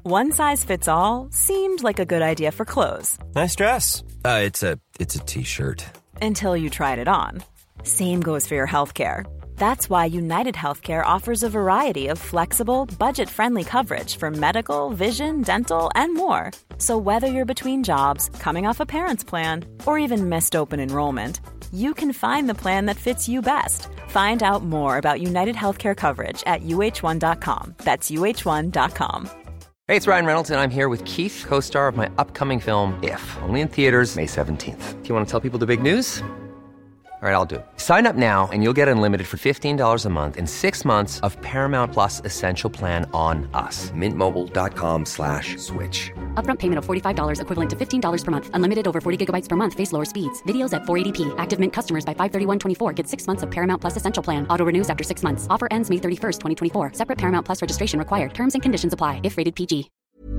One size fits all seemed like a good idea for clothes. Nice dress. It's a t-shirt. Until you tried it on. Same goes for your healthcare. That's why United Healthcare offers a variety of flexible, budget-friendly coverage for medical, vision, dental, and more. So whether you're between jobs, coming off a parent's plan, or even missed open enrollment, you can find the plan that fits you best. Find out more about United Healthcare coverage at uh1.com. That's uh1.com. Hey, it's Ryan Reynolds, and I'm here with Keith, co-star of my upcoming film, If, only in theaters May 17th. Do you want to tell people the big news? All right, I'll do it. Sign up now and you'll get unlimited for $15 a month and 6 months of Paramount Plus Essential Plan on us. MintMobile.com/switch. Upfront payment of $45 equivalent to $15 per month. Unlimited over 40 gigabytes per month. Face lower speeds. Videos at 480p. Active Mint customers by 531.24 get 6 months of Paramount Plus Essential Plan. Auto renews after 6 months. Offer ends May 31st, 2024. Separate Paramount Plus registration required. Terms and conditions apply if rated PG.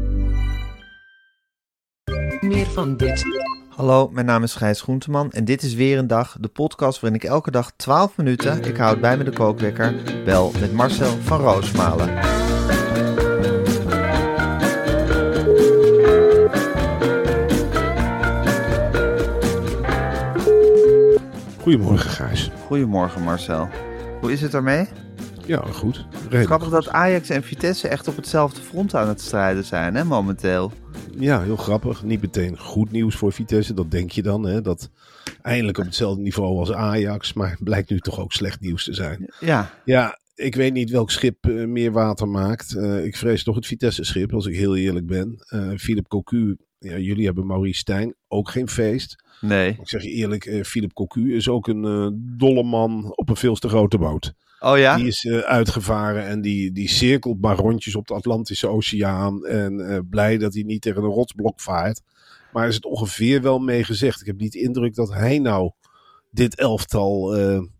Meer van dit. Hallo, mijn naam is Gijs Groenteman en dit is weer een dag, de podcast waarin ik elke dag 12 minuten, ik houd bij me de kookwekker, bel met Marcel van Roosmalen. Goedemorgen, Gijs. Goedemorgen Marcel. Hoe is het ermee? Ja, goed. Grappig dat Ajax en Vitesse echt op hetzelfde front aan het strijden zijn, hè, momenteel. Ja, heel grappig. Niet meteen goed nieuws voor Vitesse, dat denk je dan. Hè? Dat eindelijk op hetzelfde niveau als Ajax, maar blijkt nu toch ook slecht nieuws te zijn. Ja, ik weet niet welk schip meer water maakt. Ik vrees toch het Vitesse-schip, als ik heel eerlijk ben. Philippe Cocu, ja, jullie hebben Maurice Stijn, ook geen feest. Nee. Ik zeg je eerlijk, Philippe Cocu is ook een dolle man op een veel te grote boot. Oh ja? Die is uitgevaren en die cirkelt maar rondjes op de Atlantische Oceaan. En blij dat hij niet tegen een rotsblok vaart. Maar is het ongeveer wel mee gezegd. Ik heb niet de indruk dat hij nou dit elftal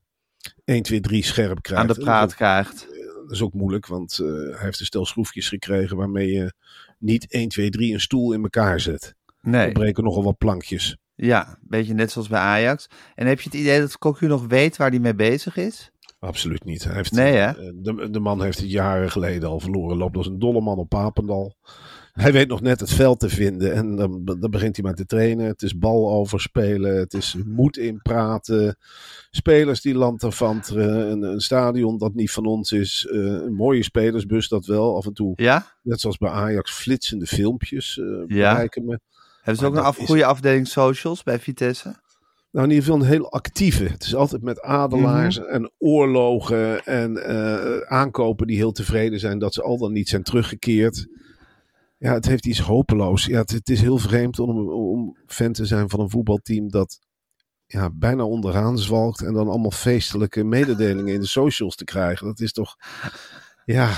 1, 2, 3 scherp krijgt. Aan de praat krijgt. Dat is ook moeilijk, want hij heeft een stel schroefjes gekregen waarmee je niet 1, 2, 3 een stoel in elkaar zet. Nee. Er breken nogal wat plankjes. Ja, een beetje net zoals bij Ajax. En heb je het idee dat Cocu nog weet waar hij mee bezig is? Absoluut niet. Hij heeft, nee, hè? De man heeft het jaren geleden al verloren. Loopt als een dolle man op Papendal. Hij weet nog net het veld te vinden. En dan begint hij maar te trainen. Het is bal overspelen. Het is moed inpraten. Spelers die lanterfanteren. Een stadion dat niet van ons is. Een mooie spelersbus dat wel af en toe. Ja? Net zoals bij Ajax flitsende filmpjes bereiken me. Hebben ze ook een goede afdeling socials bij Vitesse? Nou, in ieder geval een heel actieve. Het is altijd met adelaars en oorlogen en aankopen die heel tevreden zijn dat ze al dan niet zijn teruggekeerd. Ja, het heeft iets hopeloos. Ja, het is heel vreemd om fan te zijn van een voetbalteam dat bijna onderaan zwalkt en dan allemaal feestelijke mededelingen in de socials te krijgen. Dat is toch... Ja...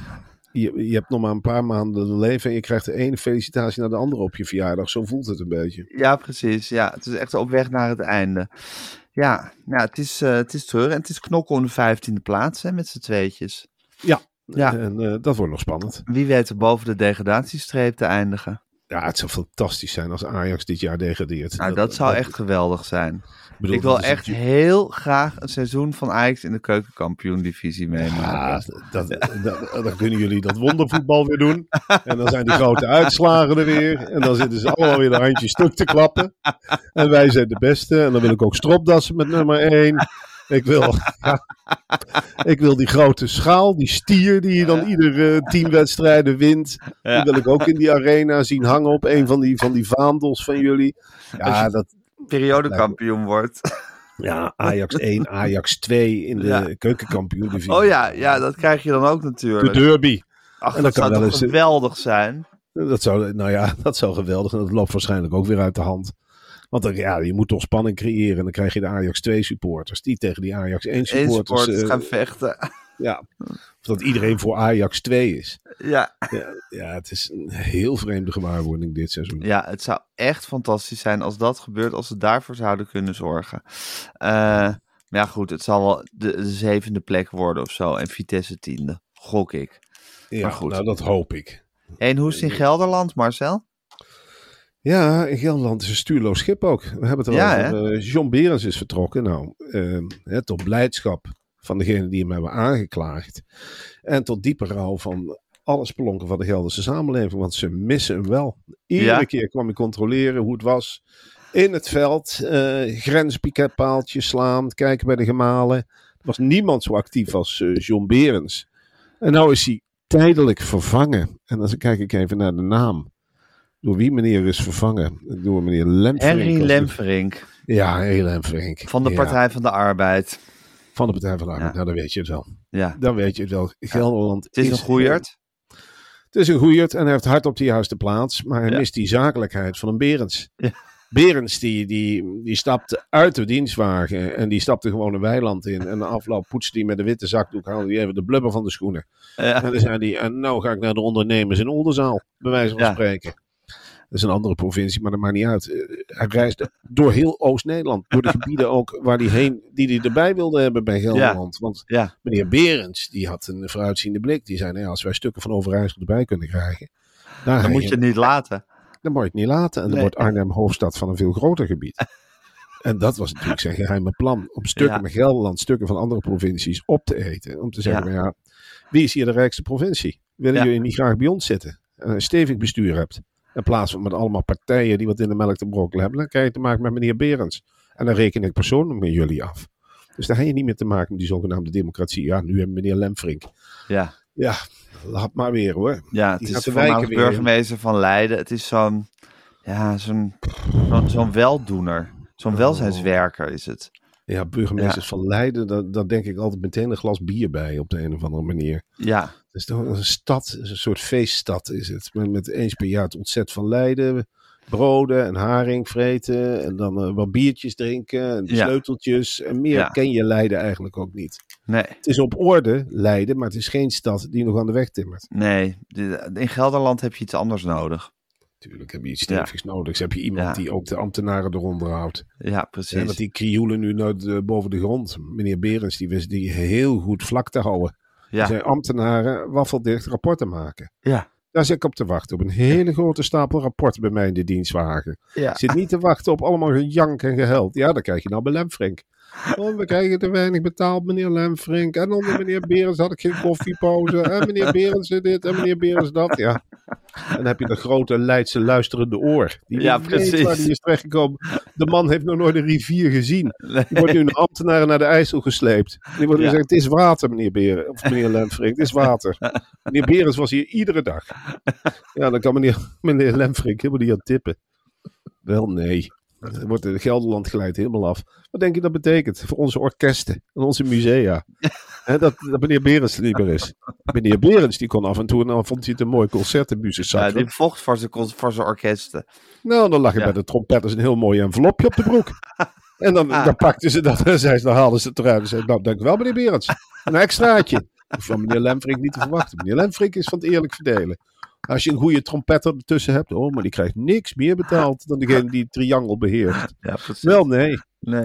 Je hebt nog maar een paar maanden te leven en je krijgt de ene felicitatie naar de andere op je verjaardag. Zo voelt het een beetje. Ja, precies. Ja, het is echt op weg naar het einde. Ja, het is terug en het is knokken om de 15e plaats hè, met z'n tweetjes. Ja. En dat wordt nog spannend. Wie weet er boven de degradatiestreep te eindigen. Ja, het zou fantastisch zijn als Ajax dit jaar degradeert. Nou, dat zou echt geweldig zijn. Ik wil echt heel graag een seizoen van Ajax in de keukenkampioen-divisie meemaken. Dan kunnen jullie dat wondervoetbal weer doen. En dan zijn die grote uitslagen er weer. En dan zitten ze allemaal weer de handjes stuk te klappen. En wij zijn de beste. En dan wil ik ook stropdassen met nummer 1. Ik wil die grote schaal, die stier die je dan iedere 10 wedstrijden wint. Die wil ik ook in die arena zien hangen op een van die vaandels van jullie. Ja, dat... periodekampioen wordt. Ja, Ajax 1, Ajax 2 in de keukenkampioen-divisie. Oh ja, dat krijg je dan ook natuurlijk. De derby. Ach, en dat zou toch geweldig zijn? Dat zou geweldig zijn. Dat loopt waarschijnlijk ook weer uit de hand. Want je moet toch spanning creëren. En dan krijg je de Ajax 2 supporters. Die tegen die Ajax 1 supporters gaan vechten. Ja, of dat iedereen voor Ajax 2 is. Ja, het is een heel vreemde gewaarwording dit seizoen. Ja, het zou echt fantastisch zijn als dat gebeurt. Als ze daarvoor zouden kunnen zorgen. Maar ja, goed. Het zal wel de 7e plek worden of zo. En Vitesse 10e. Gok ik. Ja, maar goed. Nou dat hoop ik. En hoe is het in Gelderland, Marcel? Ja, in Gelderland is een stuurloos schip ook. We hebben het al over. John Berens is vertrokken. Nou, tot blijdschap van degene die hem hebben aangeklaagd. En tot diepe rouw van alle spelonken van de Gelderse samenleving. Want ze missen hem wel. Iedere keer kwam ik controleren hoe het was. In het veld, grenspiketpaaltjes slaan, kijken bij de gemalen. Er was niemand zo actief als John Berends. En nou is hij tijdelijk vervangen. En dan kijk ik even naar de naam. Door wie meneer is vervangen? Door meneer Lemferink. Henry Lemferink. Ja, Henry Lemferink. Van de Partij van de Arbeid. Van de Partij van de Arbeid. Nou, dan weet je het wel. Ja. Dan weet je het wel. Gelderland Het is een goeierd. Het is een goeierd en hij heeft hard op de juiste plaats. Maar hij mist die zakelijkheid van een Berends. Ja. Berends die stapte uit de dienstwagen en die stapte gewoon een weiland in. En de afloop poetste hij met een witte zakdoek, haalde hij even de blubber van de schoenen. Ja. En dan zei hij, en nou ga ik naar de ondernemers in Oldenzaal, bij wijze van spreken. Dat is een andere provincie, maar dat maakt niet uit. Hij reisde door heel Oost-Nederland, door de gebieden ook waar hij heen, die hij erbij wilde hebben bij Gelderland. Want meneer Berends, die had een vooruitziende blik. Die zei, als wij stukken van Overijssel erbij kunnen krijgen. Dan moet je het niet laten. Dan moet je het niet laten. En dan wordt Arnhem hoofdstad van een veel groter gebied. En dat was natuurlijk zijn geheime plan. Om stukken met Gelderland, stukken van andere provincies op te eten. Om te zeggen, wie is hier de rijkste provincie? Willen jullie niet graag bij ons zitten? En een stevig bestuur hebt. In plaats van met allemaal partijen die wat in de melk te brokkelen hebben. Dan krijg je te maken met meneer Berends. En dan reken ik persoonlijk met jullie af. Dus daar heb je niet meer te maken met die zogenaamde democratie. Ja, nu hebben meneer Lemferink. Ja, laat maar weer hoor. Ja, het is de voormalig burgemeester van Leiden. Het is zo'n weldoener. Zo'n welzijnswerker is het. Ja, burgemeesters van Leiden, daar denk ik altijd meteen een glas bier bij op de een of andere manier. Ja. Het is toch een stad, een soort feeststad is het. Met eens per jaar het ontzet van Leiden. Broden en haring vreten en dan wat biertjes drinken en sleuteltjes. En meer ken je Leiden eigenlijk ook niet. Nee. Het is op orde, Leiden, maar het is geen stad die nog aan de weg timmert. Nee, in Gelderland heb je iets anders nodig. Tuurlijk heb je iets stevigs nodig. Dus heb je iemand die ook de ambtenaren eronder houdt. Ja, precies. Want die krioelen nu boven de grond. Meneer Berends, die wist die heel goed vlak te houden. Ja. Die zijn ambtenaren waffeldicht rapporten maken. Ja. Daar zit ik op te wachten. Op een hele grote stapel rapporten bij mij in de dienstwagen. Ja. Ik zit niet te wachten op allemaal gejank en gehuild. Ja, dat krijg je nou bij Lemferink. We krijgen te weinig betaald, meneer Lemferink. En onder meneer Berends had ik geen koffiepauze. En meneer Berends dit en meneer Berends dat. Ja. En dan heb je de grote Leidse luisterende oor. Die weet waar die is terechtgekomen. De man heeft nog nooit een rivier gezien. Die wordt nu een ambtenaar naar de IJssel gesleept. Die wordt gezegd, het is water, meneer Berends. Of meneer Lemferink, het is water. Meneer Berends was hier iedere dag. Ja, dan kan meneer Lemferink helemaal niet aan tippen. Wel, nee. Dan wordt de Gelderland glijdt helemaal af. Wat denk je dat betekent voor onze orkesten en onze musea? Dat meneer Berends er niet meer is. Meneer Berends die kon af en toe, en dan vond hij het een mooi concert in Buzenzakken. Ja, die vocht voor zijn orkesten. Nou, dan lag je bij de trompetters een heel mooi envelopje op de broek. En dan pakten ze dat en dan haalden ze het eruit en zeiden, nou, dank u wel meneer Berends. Een extraatje. Van meneer Lemferink niet te verwachten. Meneer Lemferink is van het eerlijk verdelen. Als je een goede trompetter ertussen hebt, maar die krijgt niks meer betaald dan degene die het triangel beheerst. Ja, precies. Wel, nee.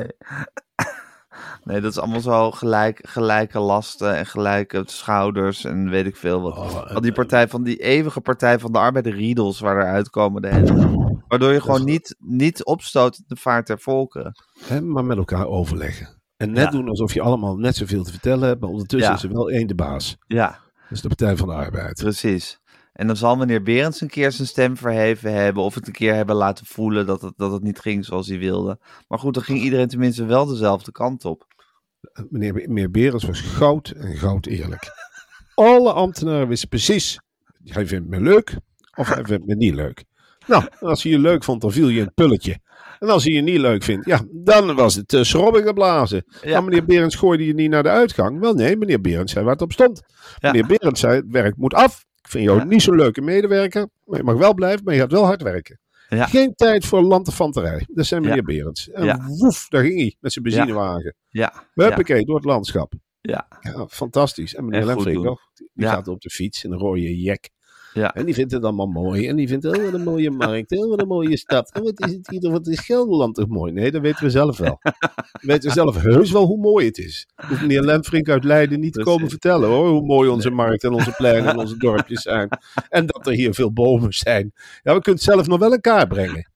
Nee, dat is allemaal zo gelijke lasten en gelijke schouders en weet ik veel wat. Die eeuwige Partij van de Arbeid, de riedels waar eruit komen de hele dag. Waardoor je gewoon niet opstoot de vaart der volken. Maar met elkaar overleggen. En net doen alsof je allemaal net zoveel te vertellen hebt, maar ondertussen is er wel één de baas. Ja. Dat is de Partij van de Arbeid. Precies. En dan zal meneer Berends een keer zijn stem verheven hebben of het een keer hebben laten voelen dat het niet ging zoals hij wilde. Maar goed, dan ging iedereen tenminste wel dezelfde kant op. Meneer Berends was goud en goud eerlijk. Alle ambtenaren wisten precies, hij vindt me leuk of hij vindt me niet leuk. Nou, als hij je leuk vond, dan viel je in het pulletje. En als hij je niet leuk vindt, dan was het schrobbing geblazen. Ja. Maar meneer Berends gooide je niet naar de uitgang. Wel nee, meneer Berends zei waar het op stond. Ja. Meneer Berends zei, het werk moet af. Ik vind jou niet zo'n leuke medewerker, maar je mag wel blijven, maar je gaat wel hard werken. Ja. Geen tijd voor lanterfanterij. Dat zijn meneer Berends. En woef, daar ging hij met zijn benzinewagen. Ja. Huppakee, door het landschap. Ja, fantastisch. En meneer Lemferink nog, die zat op de fiets in een rode jack. Ja. En die vindt het allemaal mooi. En die vindt, wat een mooie markt. Wat een mooie stad. En wat is het hier, wat is Gelderland toch mooi? Nee, dat weten we zelf wel. We weten zelf heus wel hoe mooi het is. Hoeft meneer Lemferink uit Leiden niet te komen vertellen hoor. Hoe mooi onze markt en onze pleinen en onze dorpjes zijn. En dat er hier veel bomen zijn. Ja, we kunnen het zelf nog wel in kaart brengen.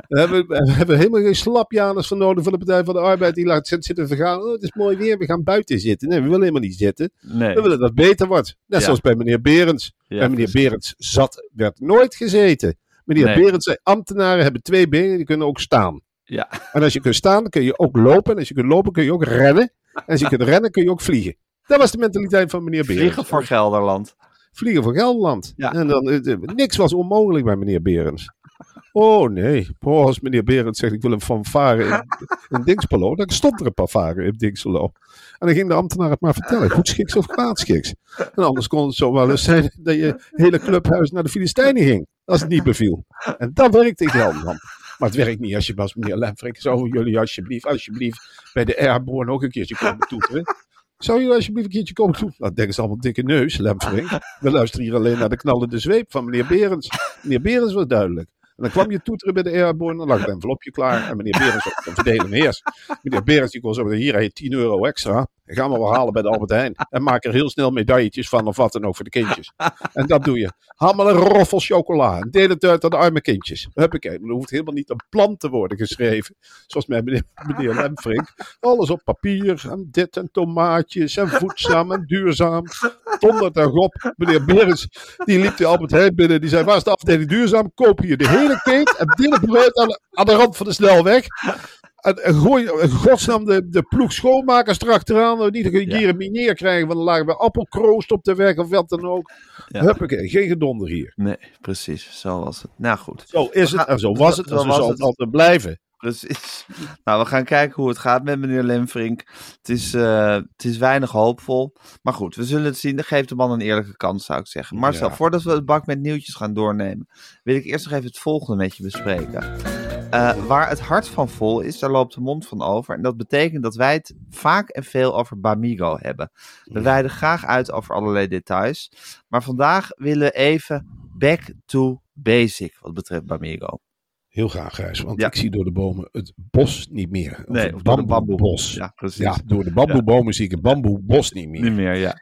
We hebben helemaal geen slapjaners voor nodig van de Partij van de Arbeid. Die laat zitten vergaan. Het is mooi weer, we gaan buiten zitten. Nee, we willen helemaal niet zitten. Nee. We willen dat het beter wordt. Net zoals bij meneer Berends. Ja, bij meneer Berends werd nooit gezeten. Meneer Berends zei, ambtenaren hebben 2 benen, die kunnen ook staan. Ja. En als je kunt staan, dan kun je ook lopen. En als je kunt lopen, kun je ook rennen. En als je kunt rennen, kun je ook vliegen. Dat was de mentaliteit van meneer Berends. Vliegen voor Gelderland. Vliegen voor Gelderland. Ja. En dan, niks was onmogelijk bij meneer Berends. Oh nee, als meneer Berends zegt ik wil een fanfare in Dinxperlo, dan stond er een fanfare in Dinxperlo. En dan ging de ambtenaar het maar vertellen, goed schiks of kwaad schiks. En anders kon het zo wel eens zijn dat je hele clubhuis naar de Filistijnen ging, als het niet beviel. En dat werkte in Gelderland. Maar het werkt niet als je was, meneer Lemfrink. Zou jullie alsjeblieft bij de Airborne ook een keertje komen toeteren? Zou jullie alsjeblieft een keertje komen toeteren? Nou, denken ze allemaal dikke neus, Lemfrink. We luisteren hier alleen naar de knallende zweep van meneer Berends. Meneer Berends was duidelijk. En dan kwam je toeteren bij de Airborne, dan lag het envelopje klaar. En meneer Berends was van verdelen heers. Meneer Berends die kon zo hier heb je 10 euro extra. Dat gaan we wel halen bij de Albert Heijn. En maak er heel snel medailletjes van of wat dan ook voor de kindjes. En dat doe je. Haal maar een roffel chocola. En deel het uit aan de arme kindjes. Huppakee. Er hoeft helemaal niet een plan te worden geschreven. Zoals met meneer Lemfrink. Alles op papier. En dit en tomaatjes. En voedzaam en duurzaam. Donderd en gop. Meneer Berends die liep de Albert Heijn binnen. Die zei, waar is de afdeling duurzaam? Koop hier de hele keet. En deel het eruit aan de rand van de snelweg. En gooi in godsnaam de ploeg schoonmakers erachteraan. Niet dat je hier een mineer krijgen. Want dan lagen we appelkroost op de weg of wat dan ook. Ja. Huppakee, geen gedonder hier. Nee, precies. Zo was het. Nou goed. Zo is het en zo was het. En zo zal het altijd blijven. Precies. Nou, we gaan kijken hoe het gaat met meneer Lemfrink. Het is weinig hoopvol. Maar goed, we zullen het zien. Geef de man een eerlijke kans, zou ik zeggen. Marcel, voordat we het bak met nieuwtjes gaan doornemen, wil ik eerst nog even het volgende met je bespreken. Waar het hart van vol is, daar loopt de mond van over. En dat betekent dat wij het vaak en veel over Bamigo hebben. We wijden graag uit over allerlei details. Maar vandaag willen we even back to basic wat betreft Bamigo. Heel graag, Gijs, want ik zie door de bomen het bos niet meer. Nee, het bamboebos. Ja, precies. Ja, door de bamboebomen zie ik het bamboebos niet meer. Niet meer, ja.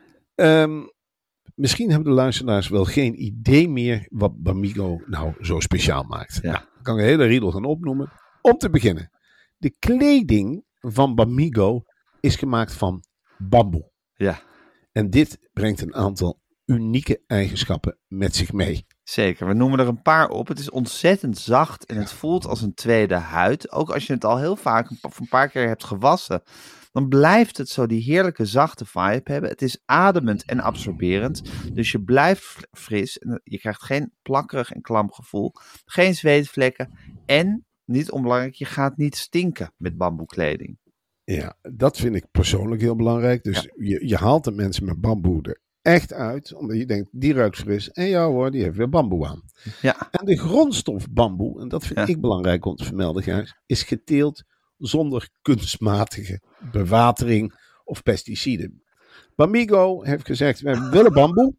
Misschien hebben de luisteraars wel geen idee meer wat Bamigo nou zo speciaal maakt. Ja. Nou, dan kan ik een hele riedel gaan opnoemen. Om te beginnen. De kleding van Bamigo is gemaakt van bamboe. Ja. En dit brengt een aantal unieke eigenschappen met zich mee. Zeker, we noemen er een paar op. Het is ontzettend zacht en het voelt als een tweede huid. Ook als je het al heel vaak een paar keer hebt gewassen, dan blijft het zo die heerlijke zachte vibe hebben. Het is ademend en absorberend, dus je blijft fris. En je krijgt geen plakkerig en klam gevoel, geen zweetvlekken en, niet onbelangrijk, je gaat niet stinken met bamboekleding. Ja, dat vind ik persoonlijk heel belangrijk. Dus je haalt de mensen met bamboe er echt uit, omdat je denkt, die ruikt fris. En ja hoor, die heeft weer bamboe aan. Ja. En de grondstof bamboe, en dat vind ik belangrijk om te vermelden, Gijs, is geteeld zonder kunstmatige bewatering of pesticiden. Bamigo heeft gezegd, wij willen bamboe,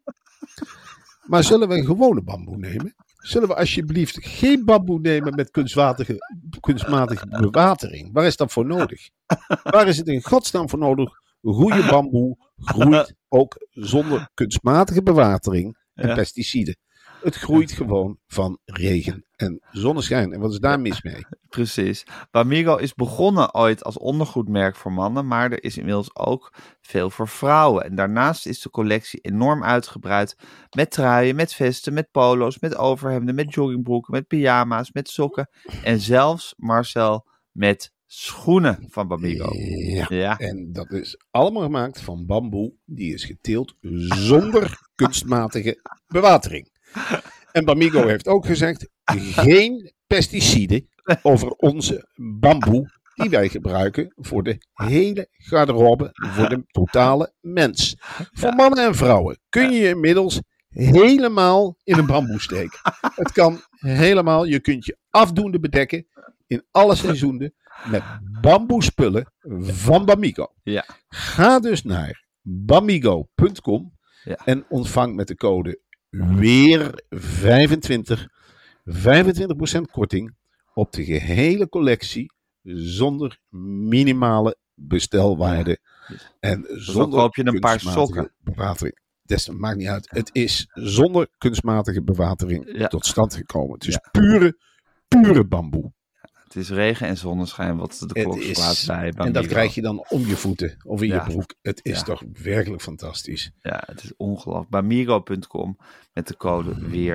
maar zullen we gewone bamboe nemen? Zullen we alsjeblieft geen bamboe nemen met kunstmatige bewatering? Waar is dat voor nodig? Waar is het in godsnaam voor nodig? Goede bamboe groeit ook zonder kunstmatige bewatering en pesticiden. Het groeit gewoon van regen en zonneschijn. En wat is daar mis mee? Precies. Bamigo is begonnen ooit als ondergoedmerk voor mannen, maar er is inmiddels ook veel voor vrouwen. En daarnaast is de collectie enorm uitgebreid met truien, met vesten, met polo's, met overhemden, met joggingbroeken, met pyjama's, met sokken en zelfs, Marcel, met schoenen van Bamigo. Ja, en dat is allemaal gemaakt van bamboe die is geteeld zonder kunstmatige bewatering. En Bamigo heeft ook gezegd, geen pesticiden over onze bamboe die wij gebruiken voor de hele garderobe, voor de totale mens. Voor mannen en vrouwen kun je inmiddels helemaal in een bamboe steken. Het kan helemaal, je kunt je afdoende bedekken in alle seizoenen met bamboespullen van Bamigo. Ja. Ga dus naar bamigo.com en ontvang met de code WEER25 25% korting op de gehele collectie zonder minimale bestelwaarde en zonder koop je een paar sokken. Bewatering. Dat maakt niet uit. Het is zonder kunstmatige bewatering tot stand gekomen. Het is pure bamboe. Het is regen en zonneschijn wat de klok slaat bij Bamigo. En dat krijg je dan om je voeten of in je Ja. broek. Het is toch werkelijk fantastisch. Ja, het is ongelooflijk. Bamigo.com met de code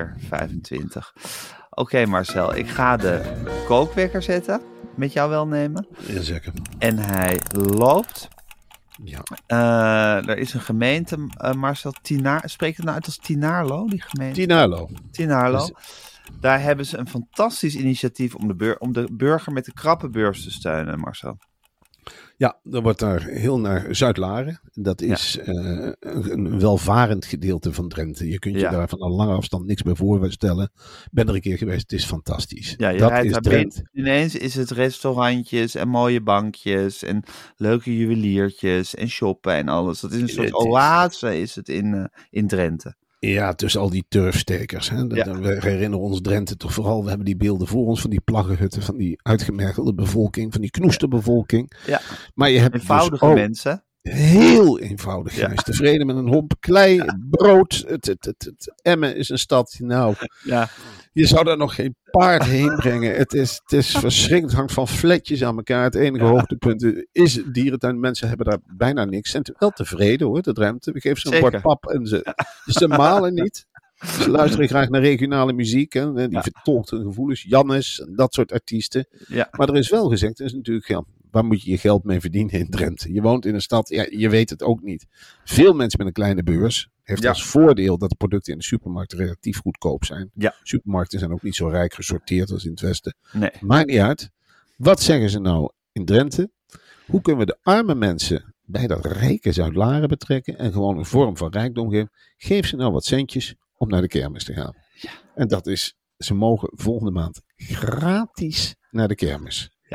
weer25. Oké, Marcel, ik ga de kookwekker zetten. Met jou welnemen. Jazeker. En hij loopt. Ja. Er is een gemeente, Marcel, spreekt het nou uit als Tinaarlo, die gemeente? Tinaarlo. Dus daar hebben ze een fantastisch initiatief om de burger met de krappenbeurs te steunen, Marcel. Ja, er wordt daar heel naar Zuid-Laren. Dat is een welvarend gedeelte van Drenthe. Je kunt je daar van een lange afstand niks bij voorstellen. Ben er een keer geweest, het is fantastisch. Ja, je dat rijdt is daar Drenthe. ineens is het restaurantjes en mooie bankjes en leuke juweliertjes en shoppen en alles. Dat is een soort oase is het in Drenthe. Ja, tussen al die turfstekers. Hè. We herinneren ons Drenthe toch vooral. We hebben die beelden voor ons van die plaggenhutten, van die uitgemergelde bevolking, van die knoesterbevolking. Ja, maar je hebt eenvoudige dus mensen. Heel eenvoudig. Hij is tevreden met een homp klei, brood. Emmen is een stad. Nou, je zou daar nog geen paard heen brengen. Het is verschrikkelijk. Het hangt van fletjes aan elkaar. Het enige hoogtepunt is dierentuin. Mensen hebben daar bijna niks. Ze zijn wel tevreden hoor, de Drenthe. We geven ze een bord pap en ze malen niet. Ze luisteren graag naar regionale muziek. Hè. Die vertolkt hun gevoelens. Jannes en dat soort artiesten. Ja. Maar er is wel gezegd, er is natuurlijk... waar moet je je geld mee verdienen in Drenthe? Je woont in een stad, je weet het ook niet. Veel mensen met een kleine beurs heeft als voordeel dat de producten in de supermarkt relatief goedkoop zijn. Ja. Supermarkten zijn ook niet zo rijk gesorteerd als in het Westen. Nee. Maakt niet uit. Wat zeggen ze nou in Drenthe? Hoe kunnen we de arme mensen bij dat rijke Zuid-Laren betrekken en gewoon een vorm van rijkdom geven? Geef ze nou wat centjes om naar de kermis te gaan. Ja. En dat is, ze mogen volgende maand gratis naar de kermis. Ja.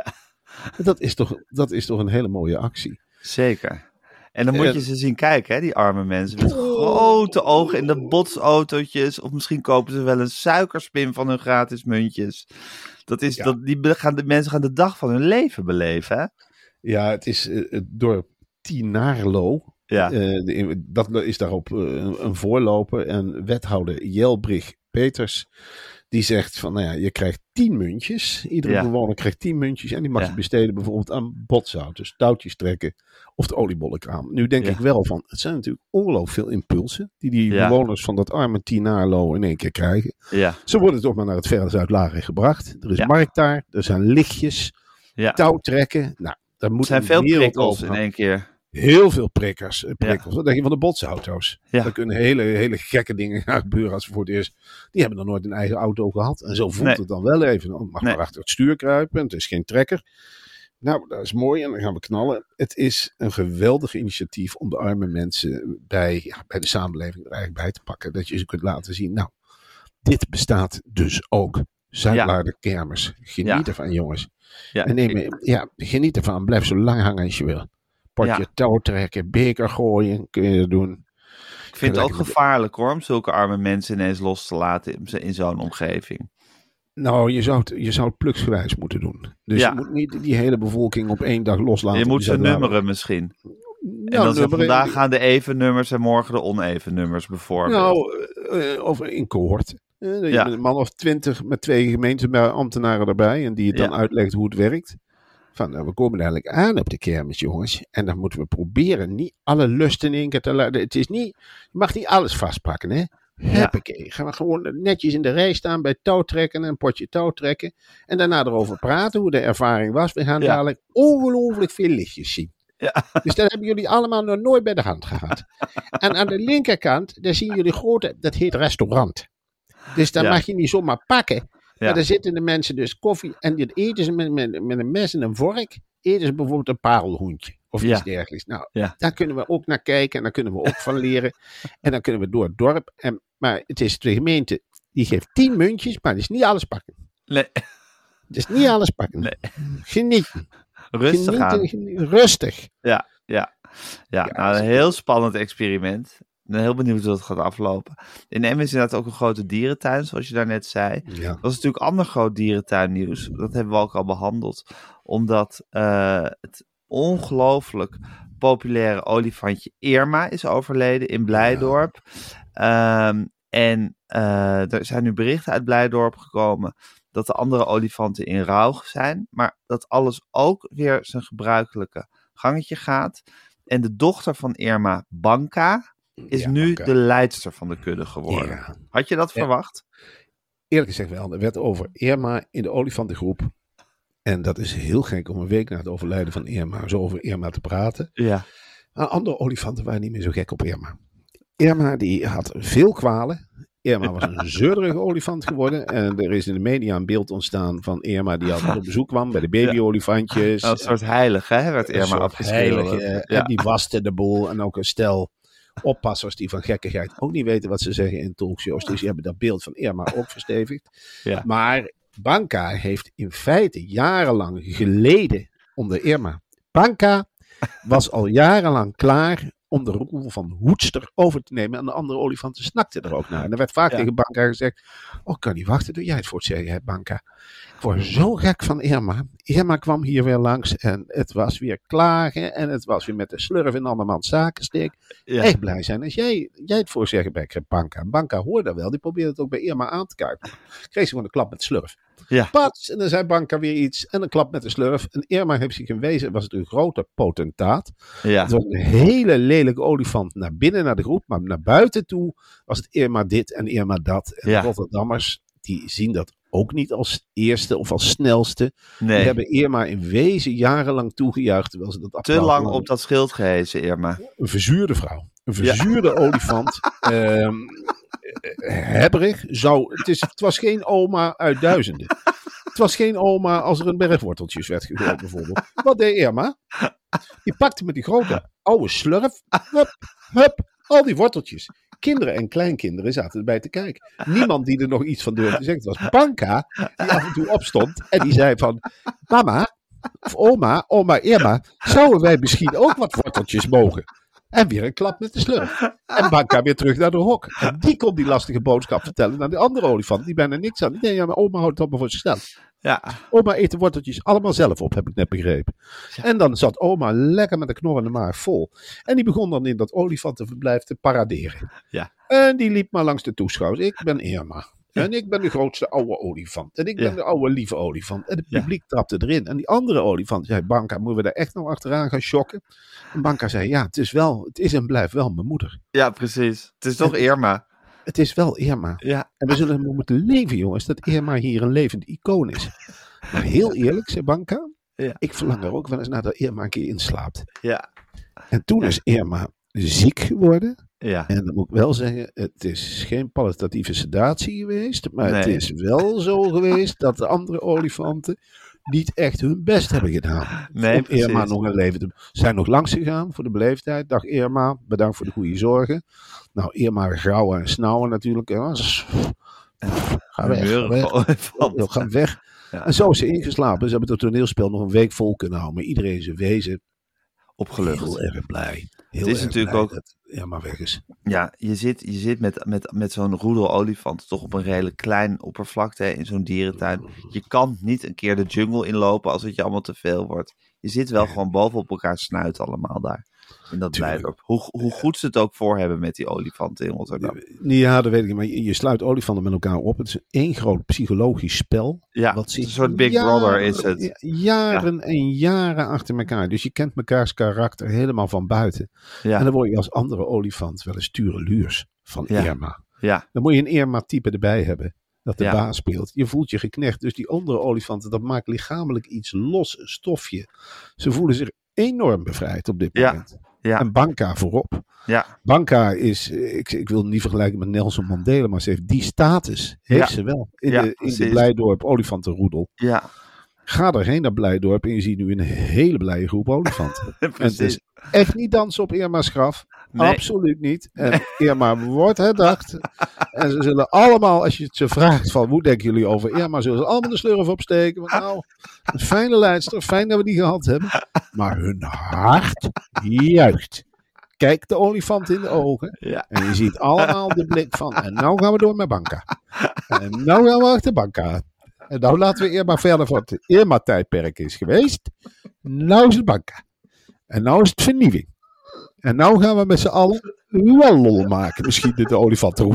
Dat is toch een hele mooie actie. Zeker. En dan moet je ze zien kijken, hè, die arme mensen. Met grote ogen in de botsautootjes. Of misschien kopen ze wel een suikerspin van hun gratis muntjes. De mensen gaan de dag van hun leven beleven, hè? Ja, het is het dorp Tinaarlo. Ja. Dat is daarop een voorloper. En wethouder Jelbrich Peters... Die zegt van, nou ja, je krijgt 10 muntjes. Iedere bewoner krijgt 10 muntjes. En die mag je besteden bijvoorbeeld aan botshout. Dus touwtjes trekken of de oliebollenkraam. Nu denk ik wel van, het zijn natuurlijk ongelooflijk veel impulsen. Die bewoners van dat arme Tinaarlo in één keer krijgen. Ja. Ze worden toch maar naar het verre Zuid-Laren gebracht. Er is markt daar. Er zijn lichtjes. Ja. Touwtrekken. Nou, daar moet zijn veel prikkels in één keer. Heel veel prikkels. Wat denk je van de botsauto's? Ja. Daar kunnen hele gekke dingen gaan gebeuren als ze voor het eerst... Die hebben nog nooit een eigen auto gehad. En zo voelt het dan wel even. Het mag maar achter het stuur kruipen. Het is geen trekker. Nou, dat is mooi en dan gaan we knallen. Het is een geweldig initiatief om de arme mensen bij de samenleving er eigenlijk bij te pakken. Dat je ze kunt laten zien. Nou, dit bestaat dus ook. Zuid-Laren kermis. Geniet ervan, jongens. Ja, en geniet ervan. Blijf zo lang hangen als je wil. Potje touw trekken, beker gooien, kun je doen. Ik vind het ook gevaarlijk hoor, om zulke arme mensen ineens los te laten in zo'n omgeving. Nou, je zou het pluksgewijs moeten doen. Dus je moet niet die hele bevolking op één dag loslaten. Je moet ze nummeren misschien. En dan vandaag gaan de even nummers en morgen de oneven nummers bijvoorbeeld. Nou, of in cohort. Een man of 20 met 2 gemeenteambtenaren erbij en die het dan uitlegt hoe het werkt. We komen dadelijk aan op de kermis, jongens. En dan moeten we proberen niet alle lusten in één keer te laten. Het is niet, je mag niet alles vastpakken, hè. Huppakee. Gaan we gewoon netjes in de rij staan bij touwtrekken en een potje touwtrekken. En daarna erover praten hoe de ervaring was. We gaan dadelijk ongelooflijk veel lichtjes zien. Ja. Dus dat hebben jullie allemaal nog nooit bij de hand gehad. En aan de linkerkant, daar zien jullie grote, dat heet restaurant. Dus daar mag je niet zomaar pakken. Maar daar zitten de mensen dus koffie en die eten ze met een mes en een vork. Eten ze bijvoorbeeld een parelhoentje of iets dergelijks. Nou, daar kunnen we ook naar kijken en daar kunnen we ook van leren. En dan kunnen we door het dorp. Maar het is de gemeente, die geeft 10 muntjes, maar het is niet alles pakken. Nee. Het is niet alles pakken. Nee. Genieten. Rustig aan. Rustig. Ja. Nou, een heel spannend experiment. Ik ben heel benieuwd hoe dat gaat aflopen. In Emmen is inderdaad ook een grote dierentuin, zoals je daarnet zei. Ja. Dat is natuurlijk ander groot dierentuinnieuws. Dat hebben we ook al behandeld. Omdat het ongelooflijk populaire olifantje Irma is overleden in Blijdorp. En er zijn nu berichten uit Blijdorp gekomen dat de andere olifanten in rouw zijn, maar dat alles ook weer zijn gebruikelijke gangetje gaat. En de dochter van Irma, Banka, is nu de leidster van de kudde geworden. Ja. Had je dat verwacht? Eerlijk gezegd wel. Er werd over Irma in de olifantengroep. En dat is heel gek om een week na het overlijden van Irma zo over Irma te praten. Ja. Maar andere olifanten waren niet meer zo gek op Irma. Irma die had veel kwalen. Irma was een zeurderige olifant geworden. En er is in de media een beeld ontstaan van Irma die altijd op bezoek kwam bij de babyolifantjes. Een soort heilige, hè, werd Irma afgeschilderd. En die waste de boel. En ook een stel oppassers die van gekkigheid ook niet weten wat ze zeggen in talkshows. Dus die hebben dat beeld van Irma ook verstevigd. Ja. Maar Banka heeft in feite jarenlang geleden onder Irma. Banka was al jarenlang klaar om de rol van hoedster over te nemen. En de andere olifanten snakten er ook naar. En er werd vaak tegen Banka gezegd, ik kan niet wachten, doe jij het voor het zeggen, Banka. Ik word zo gek van Irma. Irma kwam hier weer langs en het was weer klagen. En het was weer met de slurf in andermans zakensteek. Ja. Echt blij zijn als jij het voor zeggen bij Banka. Banka hoorde wel, die probeerde het ook bij Irma aan te kuipen. Kreeg ze gewoon een klap met slurf. Ja. Pats, en dan zei Banka weer iets en een klap met de slurf. En Irma heeft zich in wezen, was het een grote potentaat. Ja. Het was een hele lelijke olifant naar binnen naar de groep, maar naar buiten toe was het Irma dit en Irma dat. En de Rotterdammers, die zien dat ook niet als eerste of als snelste. Nee. Die hebben Irma in wezen jarenlang toegejuicht. Terwijl ze dat te lang op dat schild gehezen, Irma. Een verzuurde vrouw. Een verzuurde olifant. Hebberig. Het was geen oma uit duizenden. Het was geen oma als er een bergworteltjes werd gegooid bijvoorbeeld. Wat deed Irma? Die pakte met die grote oude slurf. Hup, al die worteltjes. Kinderen en kleinkinderen zaten erbij te kijken. Niemand die er nog iets van durfde te zeggen. Het was Banka die af en toe opstond en die zei van, mama of oma Irma, zouden wij misschien ook wat worteltjes mogen? En weer een klap met de slurf. En Banka weer terug naar de hok. En die kon die lastige boodschap vertellen aan de andere olifant die bijna niks had. Die zei, ja, maar oma houdt het allemaal voor zichzelf. Ja. Oma eet de worteltjes allemaal zelf op, heb ik net begrepen. Ja. En dan zat oma lekker met de knorrende maag vol. En die begon dan in dat olifantenverblijf te paraderen. Ja. En die liep maar langs de toeschouwers. Ik ben Irma. En ik ben de grootste oude olifant. En ik ben de oude lieve olifant. En het publiek trapte erin. En die andere olifant zei, Banka, moeten we daar echt nog achteraan gaan schokken? En Banka zei, ja, het is en blijft wel mijn moeder. Ja, precies. Het is toch Irma. Het is wel Irma. Ja. En we zullen moeten leven, jongens, dat Irma hier een levend icoon is. Maar heel eerlijk, zei Banka, ik verlang er ook wel eens naar dat Irma een keer inslaapt. Ja. En toen is Irma ziek geworden. Ja. En dan moet ik wel zeggen, het is geen palliatieve sedatie geweest, maar het is wel zo geweest dat de andere olifanten niet echt hun best hebben gedaan om Irma nog een leven te... Ze zijn nog langs gegaan voor de beleefdheid. Dag Irma, bedankt voor de goede zorgen. Nou, Irma grauwen en snauwen natuurlijk. Ga weg. Ja. En zo is ze ingeslapen. Ze hebben het toneelspel nog een week vol kunnen houden. Maar iedereen is in wezen opgelucht. Heel erg blij. Het is natuurlijk ook... maar weg is. Ja, je zit met zo'n roedel olifanten toch op een redelijk klein oppervlakte in zo'n dierentuin. Je kan niet een keer de jungle inlopen als het je allemaal te veel wordt. Je zit wel gewoon bovenop elkaar snuit allemaal daar. In dat Blijdorp. Hoe goed ze het ook voor hebben met die olifanten in Rotterdam. Ja, dat weet ik niet. Maar je sluit olifanten met elkaar op. Het is één groot psychologisch spel. Ja, wat een soort Big Brother is het. Jaren en jaren achter elkaar. Dus je kent mekaars karakter helemaal van buiten. Ja. En dan word je als andere olifant wel eens tureluurs van Irma. Ja. Dan moet je een Irma-type erbij hebben. Dat de baas speelt. Je voelt je geknecht. Dus die andere olifanten, dat maakt lichamelijk iets los, een stofje. Ze voelen zich enorm bevrijd op dit moment. Ja. En Banka voorop. Ja. Banka is, ik wil het niet vergelijken met Nelson Mandela, maar ze heeft die status. Heeft ze wel. In de Blijdorp olifantenroedel. Ja. Ga erheen naar Blijdorp en je ziet nu een hele blije groep olifanten. En het is echt niet dansen op Irma's graf. Nee. Absoluut niet. En Irma wordt herdacht. En ze zullen allemaal, als je het ze vraagt van hoe denken jullie over Irma, zullen ze allemaal de slurf opsteken. Want nou, een fijne leidster, fijn dat we die gehad hebben. Maar hun hart juicht. Kijk de olifant in de ogen. Ja. En je ziet allemaal de blik van, en nou gaan we door met Banka. En nou gaan we achter Banka. En nou laten we Irma verder voor het Irma-tijdperk is geweest. Nou is het Banka. En nou is het vernieuwing. En nou gaan we met z'n allen wel lol maken. Misschien de olifantenroedel.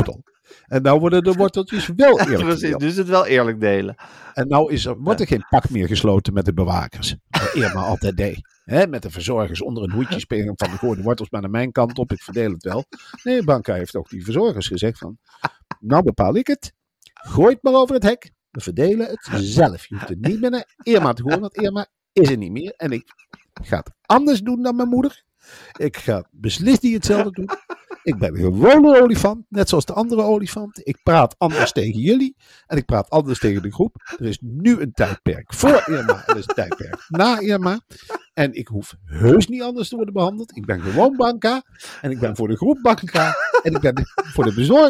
En nou worden de worteltjes wel eerlijk Precies, verdeeld. dus het wel eerlijk delen. En nou wordt er geen pak meer gesloten met de bewakers. Wat Irma altijd deed. Hè, met de verzorgers onder een hoedje spelen van gooi de wortels maar naar mijn kant op, ik verdeel het wel. Nee, Banka heeft ook die verzorgers gezegd van, nou bepaal ik het. Gooi het maar over het hek. We verdelen het zelf. Je hoeft het niet meer naar Irma te gooien, want Irma is er niet meer. En ik ga het anders doen dan mijn moeder. Ik ga beslist niet hetzelfde doen. Ik ben gewoon een olifant, net zoals de andere olifanten. Ik praat anders tegen jullie en ik praat anders tegen de groep. Er is nu een tijdperk voor Irma en er is een tijdperk na Irma. En ik hoef heus niet anders te worden behandeld. Ik ben gewoon Banka en ik ben voor de groep Banka en ik ben voor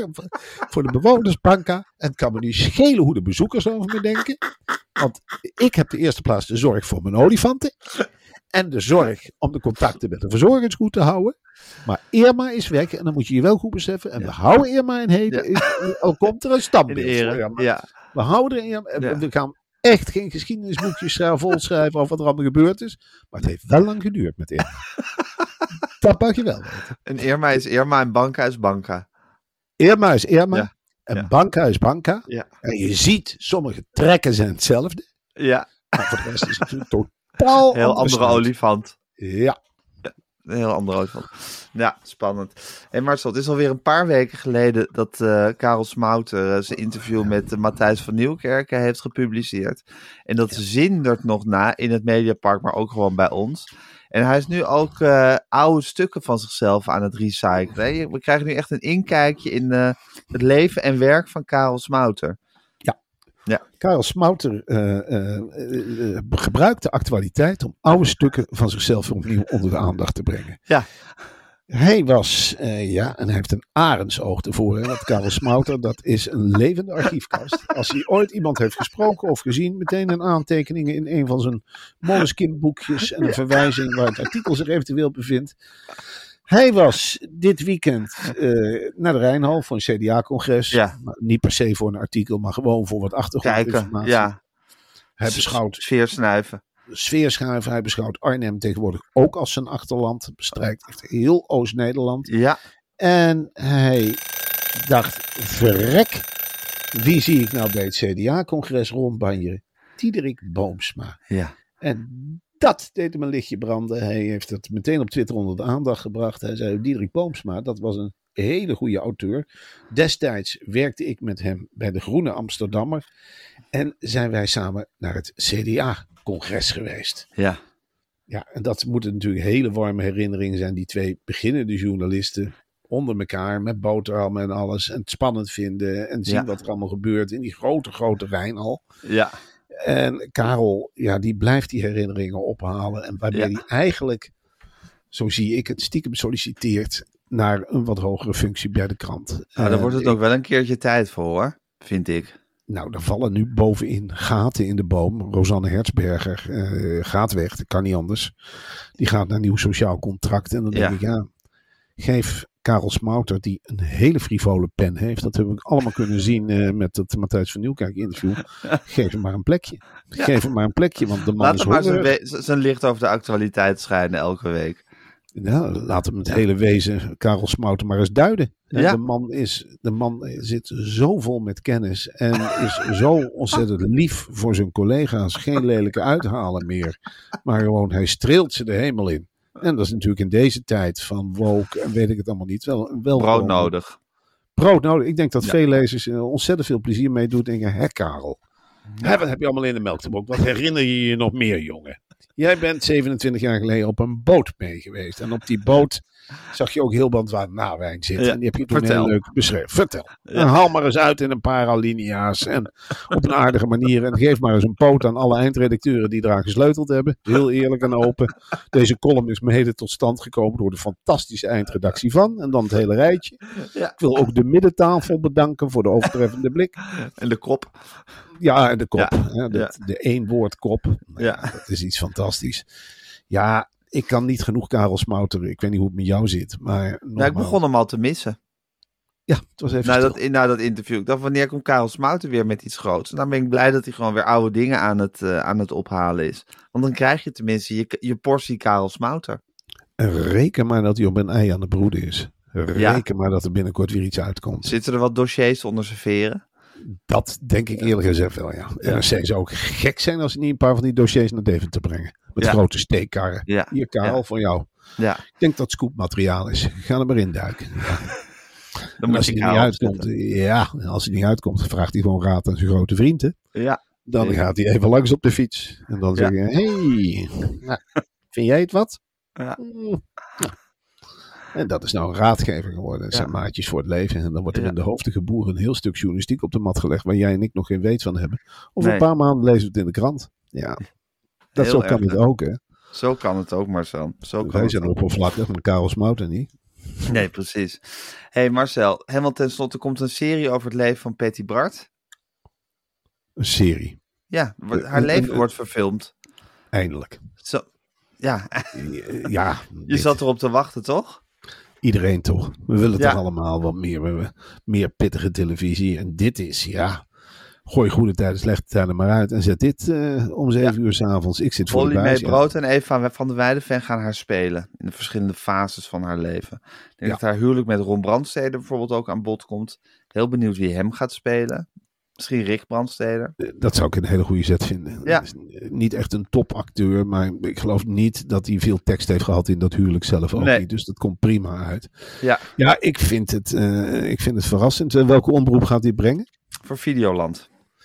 de bewoners Banka. En het kan me niet schelen hoe de bezoekers over me denken. Want ik heb de eerste plaats de zorg voor mijn olifanten. En de zorg om de contacten met de verzorgers goed te houden. Maar Irma is weg en dan moet je je wel goed beseffen. En we houden Irma in heden. Al komt er een standbeeld voor Irma. Ja. We houden er Irma. En we gaan echt geen geschiedenisboekjes volschrijven over wat er allemaal gebeurd is. Maar het heeft wel lang geduurd met Irma. Dat mag je wel weten. En Irma is Irma en Banka is Banka. Irma is Irma. Ja. En Banka is Banka. Ja. En je ziet, sommige trekken zijn hetzelfde. Ja. Maar voor de rest is het natuurlijk totaal Heel andere olifant. Ja. Een heel andere olifant. Ja, spannend. Hey Marcel, het is alweer een paar weken geleden dat Karel Smouter zijn interview met Matthijs van Nieuwkerken heeft gepubliceerd. En dat zindert nog na in het Mediapark, maar ook gewoon bij ons. En hij is nu ook oude stukken van zichzelf aan het recyclen. We krijgen nu echt een inkijkje in het leven en werk van Karel Smouter. Ja. Karel Smouter gebruikt de actualiteit om oude stukken van zichzelf opnieuw onder de aandacht te brengen. Ja. Hij was, en hij heeft een arendsoog ervoor. Hè, want Karel Smouter, dat is een levende archiefkast. Als hij ooit iemand heeft gesproken of gezien, meteen een aantekeningen in een van zijn Moleskine-boekjes en een verwijzing waar het artikel zich eventueel bevindt. Hij was dit weekend naar de Rijnhal voor een CDA-congres. Ja. Niet per se voor een artikel, maar gewoon voor wat achtergrondinformatie. Ja. Hij beschouwt Sfeersnuiven. sfeerschuiven. Hij beschouwt Arnhem tegenwoordig ook als zijn achterland. Bestrijkt echt heel Oost-Nederland. Ja. En hij dacht, verrek, wie zie ik nou bij het CDA-congres rondbanjeren? Diederik Boomsma. Ja. En dat deed hem een lichtje branden. Hij heeft het meteen op Twitter onder de aandacht gebracht. Hij zei, Diederik Boomsma, dat was een hele goede auteur. Destijds werkte ik met hem bij de Groene Amsterdammer. En zijn wij samen naar het CDA-congres geweest. Ja. Ja, en dat moeten natuurlijk hele warme herinneringen zijn. Die twee beginnende journalisten onder elkaar met boterhammen en alles. En het spannend vinden en zien wat er allemaal gebeurt in die grote Rijnhal. Ja. En Karel, ja, die blijft die herinneringen ophalen. En waarbij hij eigenlijk, zo zie ik het, stiekem solliciteert naar een wat hogere functie bij de krant. Nou, daar wordt het ook wel een keertje tijd voor, hoor. Vind ik. Nou, er vallen nu bovenin gaten in de boom. Rosanne Hertzberger gaat weg, dat kan niet anders. Die gaat naar een nieuw sociaal contract. En dan denk ik, geef Karel Smouter, die een hele frivole pen heeft. Dat hebben we allemaal kunnen zien met het Matthijs van Nieuwkerk interview. Geef hem maar een plekje. Ja. Geef hem maar een plekje, want de man laat is hem maar zijn licht over de actualiteit schijnen elke week. Ja, laat hem het hele wezen Karel Smouter maar eens duiden. Ja. De man zit zo vol met kennis en is zo ontzettend lief voor zijn collega's. Geen lelijke uithalen meer, maar gewoon hij streelt ze de hemel in. En dat is natuurlijk in deze tijd van woke en weet ik het allemaal niet. Wel brood nodig. Brood nodig. Ik denk dat veel lezers ontzettend veel plezier mee doen. Denken, hè Karel, wat heb je allemaal in de melkboek? Wat herinner je je nog meer, jongen? Jij bent 27 jaar geleden op een boot mee geweest. En op die boot zag je ook heel wat nawijn zitten. Ja, en die heb je toen heel leuk beschreven. Vertel. Ja. En haal maar eens uit in een paar alinea's. En op een aardige manier. En geef maar eens een poot aan alle eindredacteuren die eraan gesleuteld hebben. Heel eerlijk en open. Deze column is mede tot stand gekomen door de fantastische eindredactie van. En dan het hele rijtje. Ja. Ik wil ook de middentafel bedanken voor de overtreffende blik. En de kop. Ja, en de kop. Ja. De één-woord kop. Ja. Dat is iets fantastisch. Ja, ik kan niet genoeg Karel Smouter. Ik weet niet hoe het met jou zit. Maar ik begon hem al te missen. Ja, het was even na dat interview. Ik dacht, wanneer komt Karel Smouter weer met iets groots? En dan ben ik blij dat hij gewoon weer oude dingen aan het ophalen is. Want dan krijg je tenminste je portie Karel Smouter. En reken maar dat hij op een ei aan de broeden is. Reken maar dat er binnenkort weer iets uitkomt. Zitten er wat dossiers onder zijn veren? Dat denk ik eerlijk gezegd wel, ja. NRC zou ook gek zijn als ze niet een paar van die dossiers naar Deventer brengen. Met grote steekkarren. Ja. Hier, Karel, voor jou. Ja. Ik denk dat het scoopmateriaal is. Ga er maar in duiken. Ja. Dan En als hij er niet uitkomt, vraagt hij gewoon raad aan zijn grote vriend. Hè? Ja. Dan gaat hij even langs op de fiets. En dan zeg je, hey, vind jij het wat? Ja. Ja. En dat is nou een raadgever geworden. Dat zijn maatjes voor het leven. En dan wordt er in de hoofdige boer een heel stuk journalistiek op de mat gelegd, waar jij en ik nog geen weet van hebben. Of een paar maanden lezen we het in de krant. Ja, dat zo kan het ook, hè. Zo kan het ook, Marcel. Wij zijn oppervlakkig met Karel Smouten niet. Nee, precies. Hey Marcel, helemaal tenslotte komt een serie over het leven van Patty Bart. Een serie. Ja, haar leven wordt verfilmd. Eindelijk. Zo, ja. Ja. Je zat erop te wachten, toch? Iedereen toch. We willen toch allemaal wat meer. We hebben meer pittige televisie. En dit is, gooi goede tijden, slechte tijden maar uit. En zet dit om 7 uur 's avonds. Ik zit voor de buis. Holly May Brood en Eva van der Weideven gaan haar spelen. In de verschillende fases van haar leven. Ik denk dat haar huwelijk met Ron Brandstede bijvoorbeeld ook aan bod komt. Heel benieuwd wie hem gaat spelen. Misschien Rick Brandstede. Dat zou ik een hele goede zet vinden. Ja. Is niet echt een topacteur, maar ik geloof niet dat hij veel tekst heeft gehad in dat huwelijk zelf ook niet. Dus dat komt prima uit. Ja, ik vind het verrassend. Welke omroep gaat hij brengen? Voor Videoland.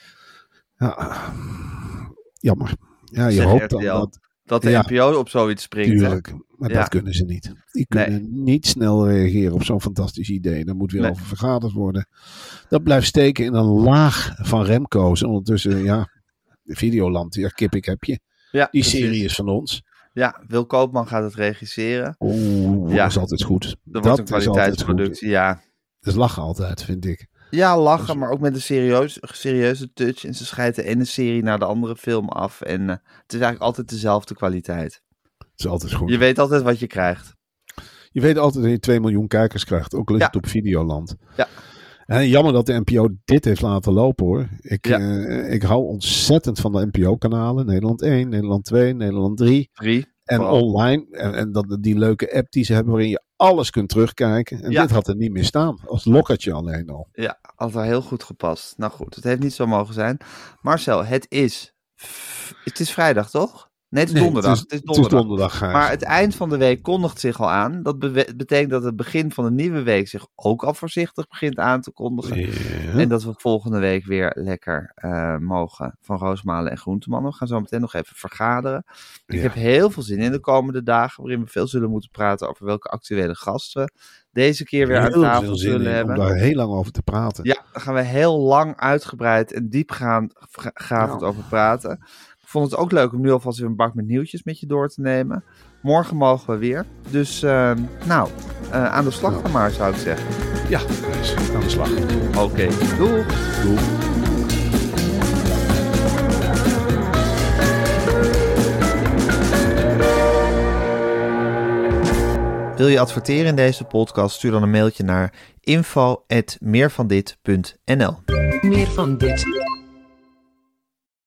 Ja, jammer. Ja, je hoopt dan dat de NPO op zoiets springt. Tuurlijk, maar dat kunnen ze niet. Die kunnen niet snel reageren op zo'n fantastisch idee. Daar moet weer over vergaderd worden. Dat blijft steken in een laag van Remco's. En ondertussen, de Videoland, kip ik heb je. Ja, die serie is van ons. Ja, Wil Koopman gaat het regisseren. Oeh, dat is altijd goed. Dat wordt een kwaliteitsproductie, ja. Dat is lachen altijd, vind ik. Ja, lachen, maar ook met een serieuze touch. En ze scheidt de ene serie naar de andere film af. En het is eigenlijk altijd dezelfde kwaliteit. Het is altijd goed. Je weet altijd wat je krijgt. Je weet altijd dat je 2 miljoen kijkers krijgt. Ook al is het op Videoland. Ja. En jammer dat de NPO dit heeft laten lopen, hoor. Ik hou ontzettend van de NPO-kanalen. Nederland 1, Nederland 2, Nederland 3. En online. En die leuke app die ze hebben waarin je alles kunt terugkijken. En dit had er niet meer staan. Als lokkertje alleen al. Ja, had er heel goed gepast. Nou goed, het heeft niet zo mogen zijn. Marcel, het is vrijdag, toch? Nee, het is donderdag. Het is donderdag. Maar het eind van de week kondigt zich al aan. Dat betekent dat het begin van de nieuwe week zich ook al voorzichtig begint aan te kondigen. Ja. En dat we volgende week weer lekker mogen van Roosmalen en Groenteman. We gaan zo meteen nog even vergaderen. Ik heb heel veel zin in de komende dagen, waarin we veel zullen moeten praten over welke actuele gasten we deze keer weer aan tafel zullen hebben. Om daar heel lang over te praten. Ja, daar gaan we heel lang uitgebreid en diepgaand over praten. Ik vond het ook leuk om nu alvast weer een bak met nieuwtjes met je door te nemen. Morgen mogen we weer. Dus aan de slag dan maar, zou ik zeggen. Ja, aan de slag. Oké, doeg. Wil je adverteren in deze podcast? Stuur dan een mailtje naar info@meervandit.nl. Meer van dit.